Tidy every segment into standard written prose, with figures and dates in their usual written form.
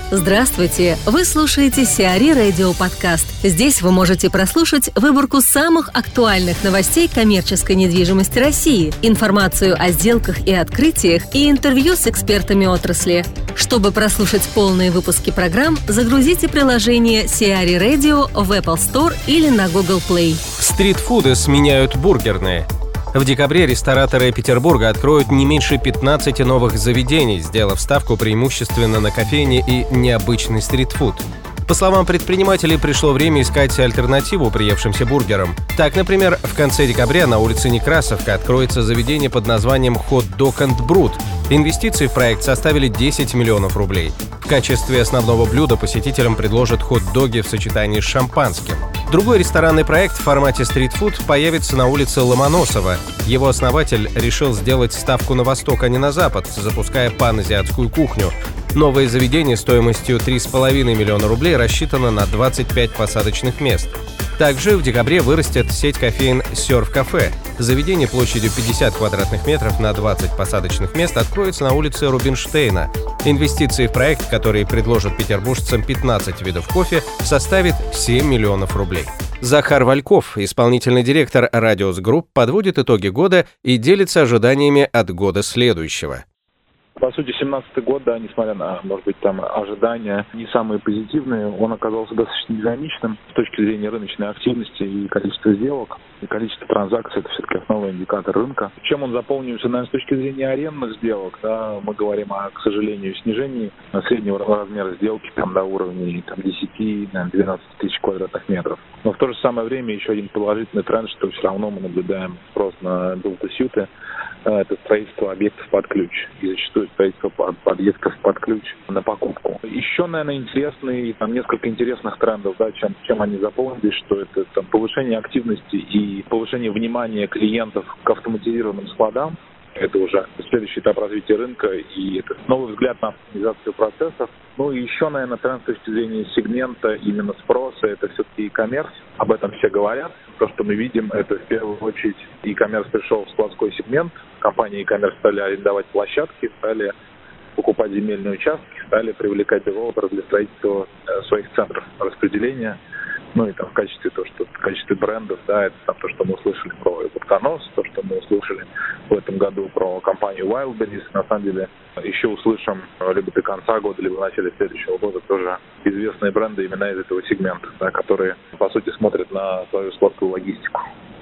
Здравствуйте! Вы слушаете Сиари Радио Подкаст. Здесь вы можете прослушать выборку самых актуальных новостей коммерческой недвижимости России, информацию о сделках и открытиях и интервью с экспертами отрасли. Чтобы прослушать полные выпуски программ, загрузите приложение Сиари Radio в Apple Store или на Google Play. Стритфуды сменяют бургерные. В декабре рестораторы Петербурга откроют не меньше 15 новых заведений, сделав ставку преимущественно на кофейни и необычный стритфуд. По словам предпринимателей, пришло время искать альтернативу приевшимся бургерам. Так, например, в конце декабря на улице Некрасовка откроется заведение под названием Hot Dog and Brut. Инвестиции в проект составили 10 миллионов рублей. В качестве основного блюда посетителям предложат хот-доги в сочетании с шампанским. Другой ресторанный проект в формате стритфуд появится на улице Ломоносова. Его основатель решил сделать ставку на восток, а не на запад, запуская паназиатскую кухню. Новое заведение стоимостью 3,5 миллиона рублей рассчитано на 25 посадочных мест. Также в декабре вырастет сеть кофеин «Серф Кафе». Заведение площадью 50 квадратных метров на 20 посадочных мест откроется на улице Рубинштейна. Инвестиции в проект, который предложит петербуржцам 15 видов кофе, составит 7 миллионов рублей. Захар Вальков, исполнительный директор «Радиус Групп», подводит итоги года и делится ожиданиями от года следующего. По сути, 2017 год, да, несмотря на, может быть, там ожидания не самые позитивные, он оказался достаточно динамичным с точки зрения рыночной активности и количества сделок. И количество транзакций – это все-таки основной индикатор рынка. Чем он заполнился, наверное, с точки зрения арендных сделок, да, мы говорим о, к сожалению, снижении среднего размера сделки там, до уровня там, 10-12 тысяч квадратных метров. Но в то же самое время еще один положительный тренд, что все равно мы наблюдаем спрос на build-to-suit. Это строительство объектов под ключ. И зачастую строительство объектов под ключ на покупку. Еще, наверное, интересные, там несколько интересных трендов, да, чем они заполнились, что это там, повышение активности и повышение внимания клиентов к автоматизированным складам. Это уже следующий этап развития рынка, и это новый взгляд на автоматизацию процессов. Ну и еще, наверное, тренд с точки зрения сегмента именно спроса, это все-таки e-commerce. Об этом все говорят. То, что мы видим, это в первую очередь e-commerce пришел в складской сегмент. Компании e-commerce стали арендовать площадки, стали покупать земельные участки, стали привлекать девелоперов для строительства своих центров распределения. Ну и там в качестве брендов, да, это там то, что мы услышали про Утконос, то, что мы услышали в этом году про компанию Wildberries. На самом деле еще услышим либо до конца года, либо в начале следующего года тоже известные бренды именно из этого сегмента, да, которые, по сути, смотрят на свою складскую логистику.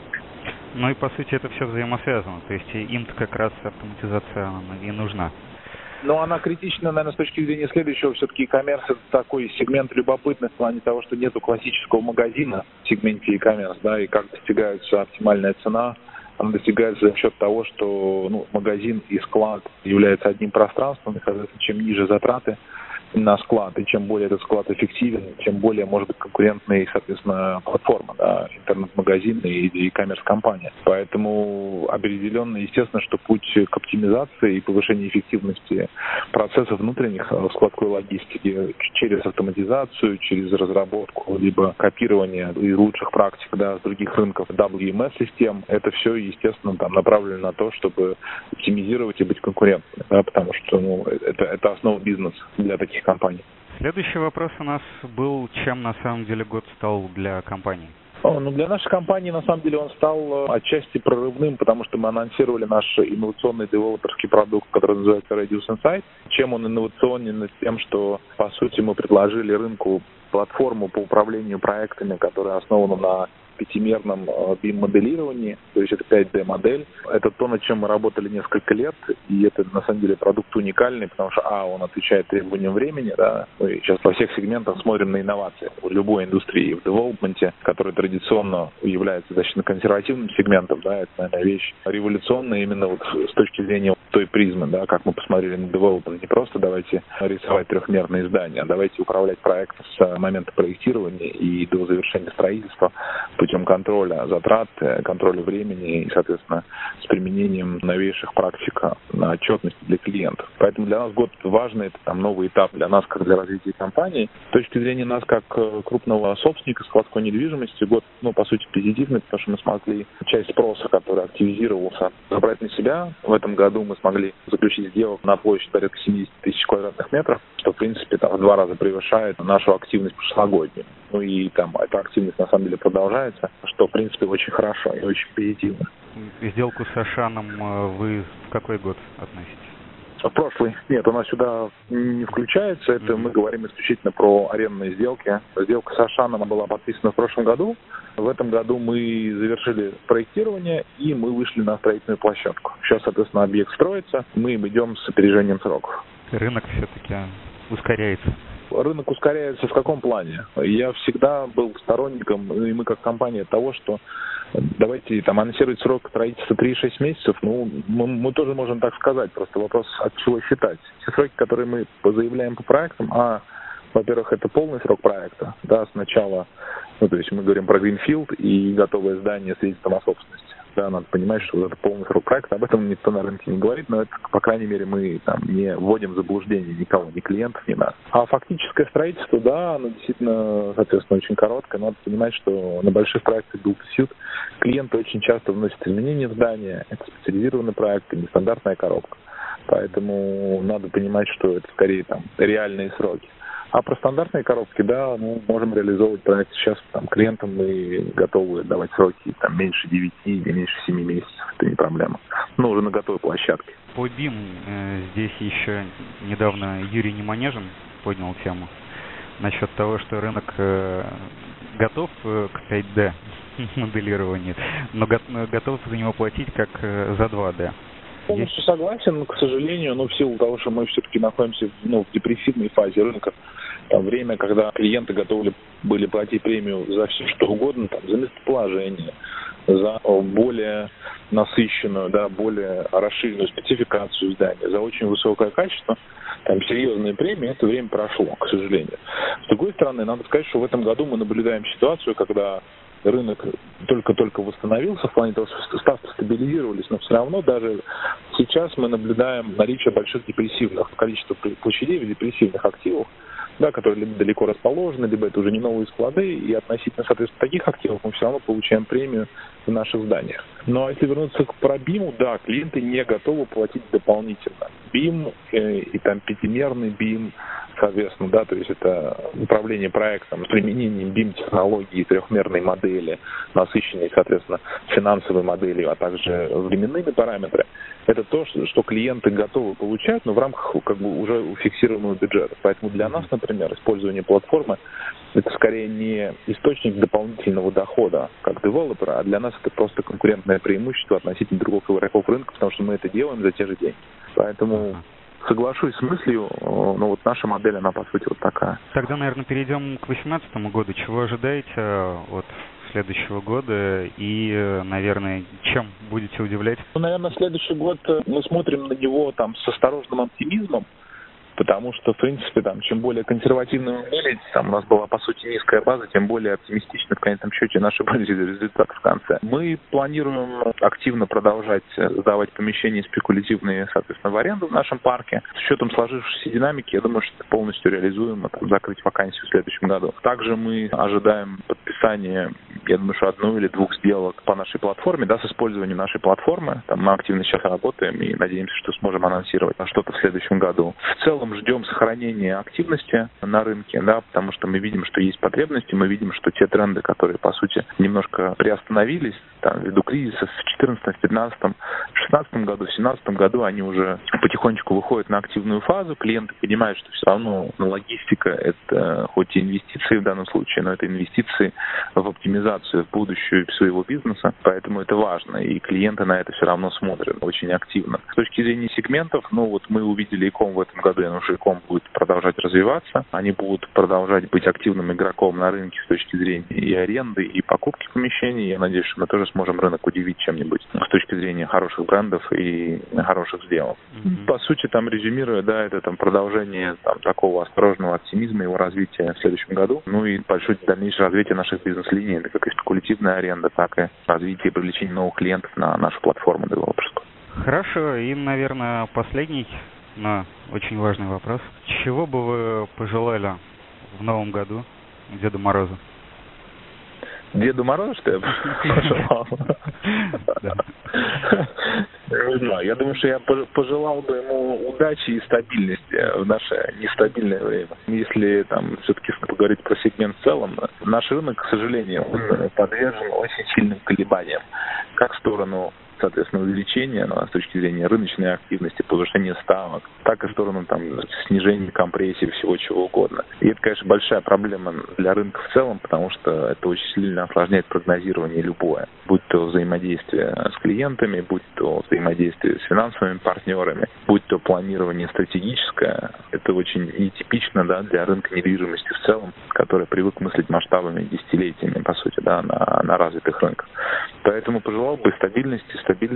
Ну и, по сути, это все взаимосвязано. То есть им-то как раз автоматизация и нужна. Но она критична, наверное, с точки зрения следующего. Все-таки e-commerce – это такой сегмент любопытный в плане того, что нету классического магазина в сегменте e-commerce, да, и как достигается оптимальная цена. Она достигается за счет того, что магазин и склад являются одним пространством, и, соответственно, чем ниже затраты на склад, и чем более этот склад эффективен, тем более может быть конкурентной, соответственно, платформа, да, интернет-магазин и e-commerce компания. Поэтому определенно, естественно, что путь к оптимизации и повышению эффективности процессов внутренних в складской логистике через автоматизацию, через разработку, либо копирование из лучших практик, да, с других рынков WMS-систем, это все, естественно, там направлено на то, чтобы оптимизировать и быть конкурентными, да, потому что это основа бизнеса для таких компаний. Следующий вопрос у нас был, чем на самом деле год стал для компании? Для нашей компании, на самом деле, он стал отчасти прорывным, потому что мы анонсировали наш инновационный девелоперский продукт, который называется Radius Insight. Чем он инновационен? Тем, что, по сути, мы предложили рынку платформу по управлению проектами, которая основана на пятимерном BIM-моделировании, то есть это 5D-модель. Это то, над чем мы работали несколько лет, и это, на самом деле, продукт уникальный, потому что, он отвечает требованиям времени, да, мы сейчас во всех сегментах смотрим на инновации. В любой индустрии, в девелопменте, который традиционно является достаточно консервативным сегментом, да, это, наверное, вещь революционная именно вот с точки зрения той призмы, да, как мы посмотрели на девелопмент. Не просто давайте рисовать трехмерные здания, а давайте управлять проектом с момента проектирования и до завершения строительства путем контроля затрат, контроля времени и, соответственно, с применением новейших практик на отчетность для клиентов. Поэтому для нас год важный, это там новый этап для нас, как для развития компании. С точки зрения нас, как крупного собственника складской недвижимости, год, по сути, позитивный, потому что мы смогли часть спроса, который активизировался, забрать на себя. В этом году мы смогли заключить сделку на площадь порядка 70 тысяч квадратных метров. что, в принципе, там в 2 раза превышает нашу активность прошлогоднюю. Ну и там эта активность на самом деле продолжается, что, в принципе, очень хорошо и очень позитивно. Сделку с Ашаном вы в какой год относите? В прошлый. Нет, у нас сюда не включается. Это мы говорим исключительно про арендные сделки. Сделка с Ашаном была подписана в прошлом году. В этом году мы завершили проектирование и мы вышли на строительную площадку. Сейчас, соответственно, объект строится. Мы идем с опережением сроков. Рынок все-таки ускоряется. Рынок ускоряется в каком плане? Я всегда был сторонником, и мы как компания, того, что давайте там анонсировать срок строительства 3-6 месяцев, ну, мы тоже можем так сказать, просто вопрос, от чего считать. Те сроки, которые мы заявляем по проектам, во-первых, это полный срок проекта, да, сначала, ну, то есть мы говорим про Greenfield и готовое здание с свидетельством о собственности. Да, надо понимать, что вот это полный срок проекта, об этом никто на рынке не говорит, но это, по крайней мере, мы там не вводим в заблуждение никого, ни клиентов, ни нас. А фактическое строительство, да, оно действительно, соответственно, очень короткое. Надо понимать, что на больших проектах build-to-suit клиенты очень часто вносят изменения в здание, это специализированный проект, нестандартная коробка. Поэтому надо понимать, что это скорее там реальные сроки. А про стандартные коробки, да, мы можем реализовывать проект сейчас там, клиентам, мы готовы давать сроки там, меньше 9 или меньше 7 месяцев, это не проблема. Но уже на готовой площадке. По BIM здесь еще недавно Юрий Неманежин поднял тему насчет того, что рынок готов к 5D моделированию, но готов за него платить как за 2D. Полностью согласен, к сожалению, но в силу того, что мы все-таки находимся в депрессивной фазе рынка, там время, когда клиенты готовы были платить премию за все что угодно, там, за местоположение, за более насыщенную, да, более расширенную спецификацию здания, за очень высокое качество, там серьезные премии, это время прошло, к сожалению. С другой стороны, надо сказать, что в этом году мы наблюдаем ситуацию, когда рынок только-только восстановился, в плане того, что ставки стабилизировались, но все равно даже сейчас мы наблюдаем наличие больших депрессивных, количества площадей в депрессивных активах, да, которые либо далеко расположены, либо это уже не новые склады, и относительно, соответственно, таких активов мы все равно получаем премию в наших зданиях. Но если вернуться к BIM, да, клиенты не готовы платить дополнительно. BIM и там пятимерный BIM, соответственно, да, то есть это управление проектом с применением BIM-технологии, трехмерной модели, насыщенной, соответственно, финансовой моделью, а также временными параметрами. Это то, что клиенты готовы получать, но в рамках как бы уже фиксированного бюджета. Поэтому для нас, например, использование платформы это скорее не источник дополнительного дохода как девелопера, а для нас это просто конкурентное преимущество относительно других игроков рынка, потому что мы это делаем за те же деньги. Поэтому соглашусь с мыслью, но вот наша модель, она по сути вот такая. Тогда, наверное, перейдем к 2018 году. Чего ожидаете от следующего года и, наверное, чем будете удивлять? Ну, наверное, следующий год мы смотрим на него там с осторожным оптимизмом, потому что, в принципе, там, чем более консервативно мы были, там у нас была, по сути, низкая база, тем более оптимистично в конечном счете наши были результаты в конце. Мы планируем активно продолжать сдавать помещения спекулятивные, соответственно, в аренду в нашем парке. С учетом сложившейся динамики, я думаю, что это полностью реализуемо, там, закрыть вакансию в следующем году. Также мы ожидаем подписания, я думаю, что 1 или 2 сделок по нашей платформе, да, с использованием нашей платформы. Там мы активно сейчас работаем и надеемся, что сможем анонсировать что-то в следующем году. В целом ждем сохранения активности на рынке, да, потому что мы видим, что есть потребности, мы видим, что те тренды, которые, по сути, немножко приостановились, там, ввиду кризиса в 2014, 2015, 2016 году, в 2017 году, они уже потихонечку выходят на активную фазу, клиенты понимают, что все равно логистика – это хоть и инвестиции в данном случае, но это инвестиции в оптимизацию, в будущее своего бизнеса, поэтому это важно, и клиенты на это все равно смотрят очень активно. С точки зрения сегментов, ну вот мы увидели e-com в этом году, я думаю, что e-com будет продолжать развиваться, они будут продолжать быть активным игроком на рынке с точки зрения и аренды, и покупки помещений. Я надеюсь, что мы тоже сможем рынок удивить чем-нибудь с точки зрения хороших брендов и хороших сделок. По сути, там резюмируя, да, это там продолжение там, такого осторожного оптимизма, его развития в следующем году. Ну и большое дальнейшее развитие наших бизнес-линий, это как и спекулятивная аренда, так и развитие и привлечение новых клиентов на нашу платформу девелоперскую. Хорошо, и, наверное, последний, но очень важный вопрос. Чего бы вы пожелали в новом году Деду Морозу? Деду Морозу, что я пожелал? Не знаю. Я думаю, что я пожелал бы ему удачи и стабильности в наше нестабильное время. Если там все-таки поговорить про сегмент в целом, наш рынок, к сожалению, он подвержен очень сильным колебаниям. Как в сторону, соответственно, увеличения, с точки зрения рыночной активности, повышения ставок, так и в сторону снижения компрессии, всего чего угодно. И это, конечно, большая проблема для рынка в целом, потому что это очень сильно осложняет прогнозирование любое. Будь то взаимодействие с клиентами, будь то взаимодействие с финансовыми партнерами, будь то планирование стратегическое. Это очень нетипично, для рынка недвижимости в целом, который привык мыслить масштабами десятилетиями, по сути, на развитых рынках. Поэтому пожелал бы стабильности,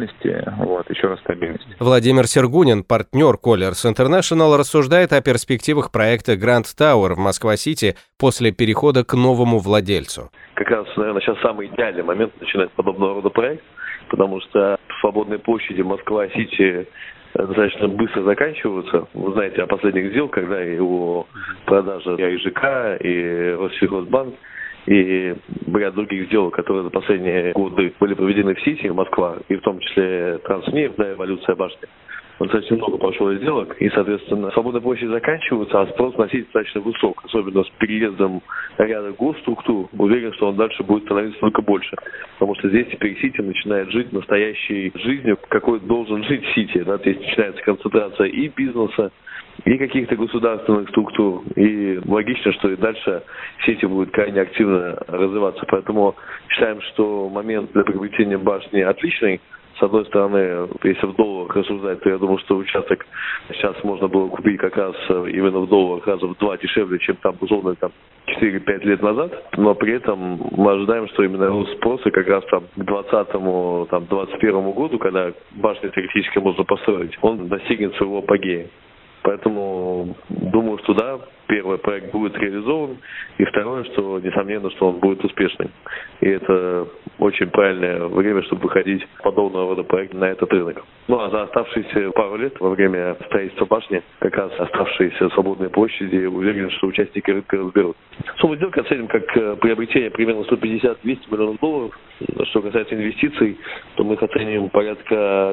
еще раз стабильности. Владимир Сергунин, партнер Colliers International, рассуждает о перспективах проекта Grand Tower в Москва-Сити после перехода к новому владельцу. Как раз, наверное, сейчас самый идеальный момент начинать подобного рода проект, потому что свободные площади Москва-Сити достаточно быстро заканчиваются. Вы знаете о последних сделках, когда и о продаже и АИЖК, и Россельхозбанк, и ряд других сделок, которые за последние годы были проведены в Сити, Москва, и в том числе Транснефть, Эволюция башни. Достаточно много прошло сделок, и, соответственно, свободные площади заканчиваются, а спрос на Сити достаточно высок, особенно с переездом ряда госструктур. Уверен, что он дальше будет становиться только больше, потому что здесь теперь Сити начинает жить настоящей жизнью, какой должен жить Сити. Здесь начинается концентрация и бизнеса, и каких-то государственных структур. И логично, что и дальше Сити будет крайне активно развиваться. Поэтому считаем, что момент для приобретения башни отличный. С одной стороны, если в долларах рассуждать, то я думаю, что участок сейчас можно было купить как раз именно в долларах раза в 2 дешевле, чем условно 4-5 лет назад. Но при этом мы ожидаем, что именно рост спроса как раз к 2020-2021 году, когда башню теоретически можно построить, он достигнет своего апогея. Поэтому думаю, что первый проект будет реализован, и второе, что несомненно, что он будет успешным. И это очень правильное время, чтобы выходить подобного рода проекта на этот рынок. А за оставшиеся пару лет во время строительства башни, как раз оставшиеся свободные площади, уверен, что участники рынка разберут. Сумму сделки оценим как приобретение примерно 150-200 миллионов долларов. Что касается инвестиций, то мы их оцениваем порядка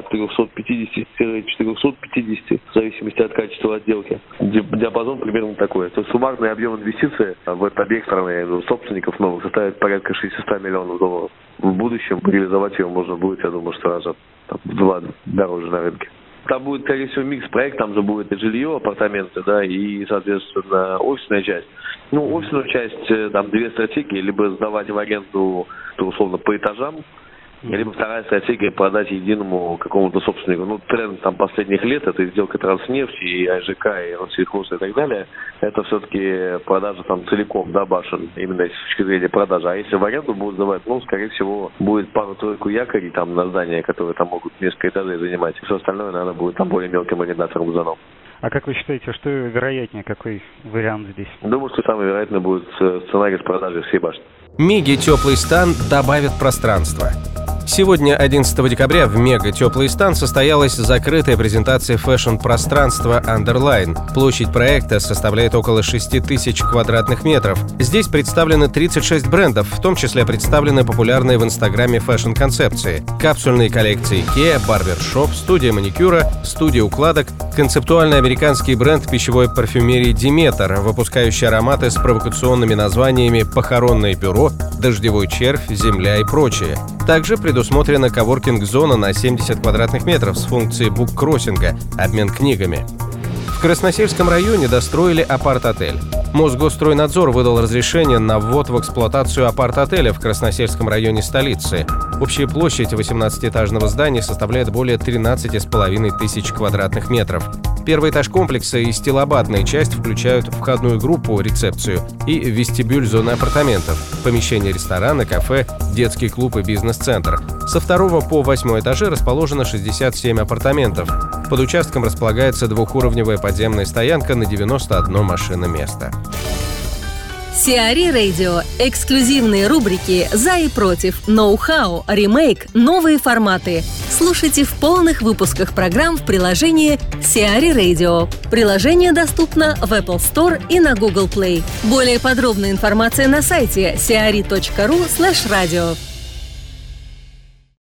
350-450, в зависимости от качества отделки. Диапазон примерно такой. То есть суммарный объем инвестиций в этот объект собственников новых составит порядка 600 миллионов долларов. В будущем реализовать его можно будет, я думаю, что раза в 2 дороже на рынке. Там будет, скорее всего, микс-проект, там же будет и жилье, апартаменты, и, соответственно, офисная часть. Офисную часть, две стратегии, либо сдавать в аренду, условно, по этажам, либо вторая стратегия продать единому какому-то собственнику. Тренд последних лет, это сделка Транснефти, и АИЖК, и Россельхоз, и так далее. Это все-таки продажа целиком, башен, именно с точки зрения продажи. А если в аренду будут сдавать, скорее всего, будет пару-тройку якорей на здание, которые могут несколько этажей занимать. Все остальное, наверное, будет более мелким арендатором зоном. А как вы считаете, что вероятнее, какой вариант здесь? Думаю, что самый вероятный будет сценарий с продажей всей башни. Мега Теплый стан добавит пространства. Сегодня, 11 декабря, в Мега Теплый стан состоялась закрытая презентация фэшн-пространства Underline. Площадь проекта составляет около 6000 квадратных метров. Здесь представлены 36 брендов, в том числе представлены популярные в Инстаграме фэшн-концепции. Капсульные коллекции IKEA, барбершоп, студия маникюра, студия укладок, концептуальный американский бренд пищевой парфюмерии Demeter, выпускающий ароматы с провокационными названиями «Похоронное бюро», «Дождевой червь», «Земля» и прочее. Также предусмотрена коворкинг-зона на 70 квадратных метров с функцией буккроссинга, обмен книгами. В Красносельском районе достроили апарт-отель. Мосгосстройнадзор выдал разрешение на ввод в эксплуатацию апарт-отеля в Красносельском районе столицы. Общая площадь 18-этажного здания составляет более 13,5 тысяч квадратных метров. Первый этаж комплекса и стилобатная часть включают входную группу, рецепцию и вестибюль зоны апартаментов, помещение ресторана, кафе, детский клуб и бизнес-центр. Со 2 по 8 этажи расположено 67 апартаментов. Под участком располагается двухуровневая подземная стоянка на 91 машиноместо. Сиари Radio. Эксклюзивные рубрики «За и против», «Ноу-хау», «Ремейк», «Новые форматы». Слушайте в полных выпусках программ в приложении Сиари Radio. Приложение доступно в Apple Store и на Google Play. Более подробная информация на сайте siari.ru/radio.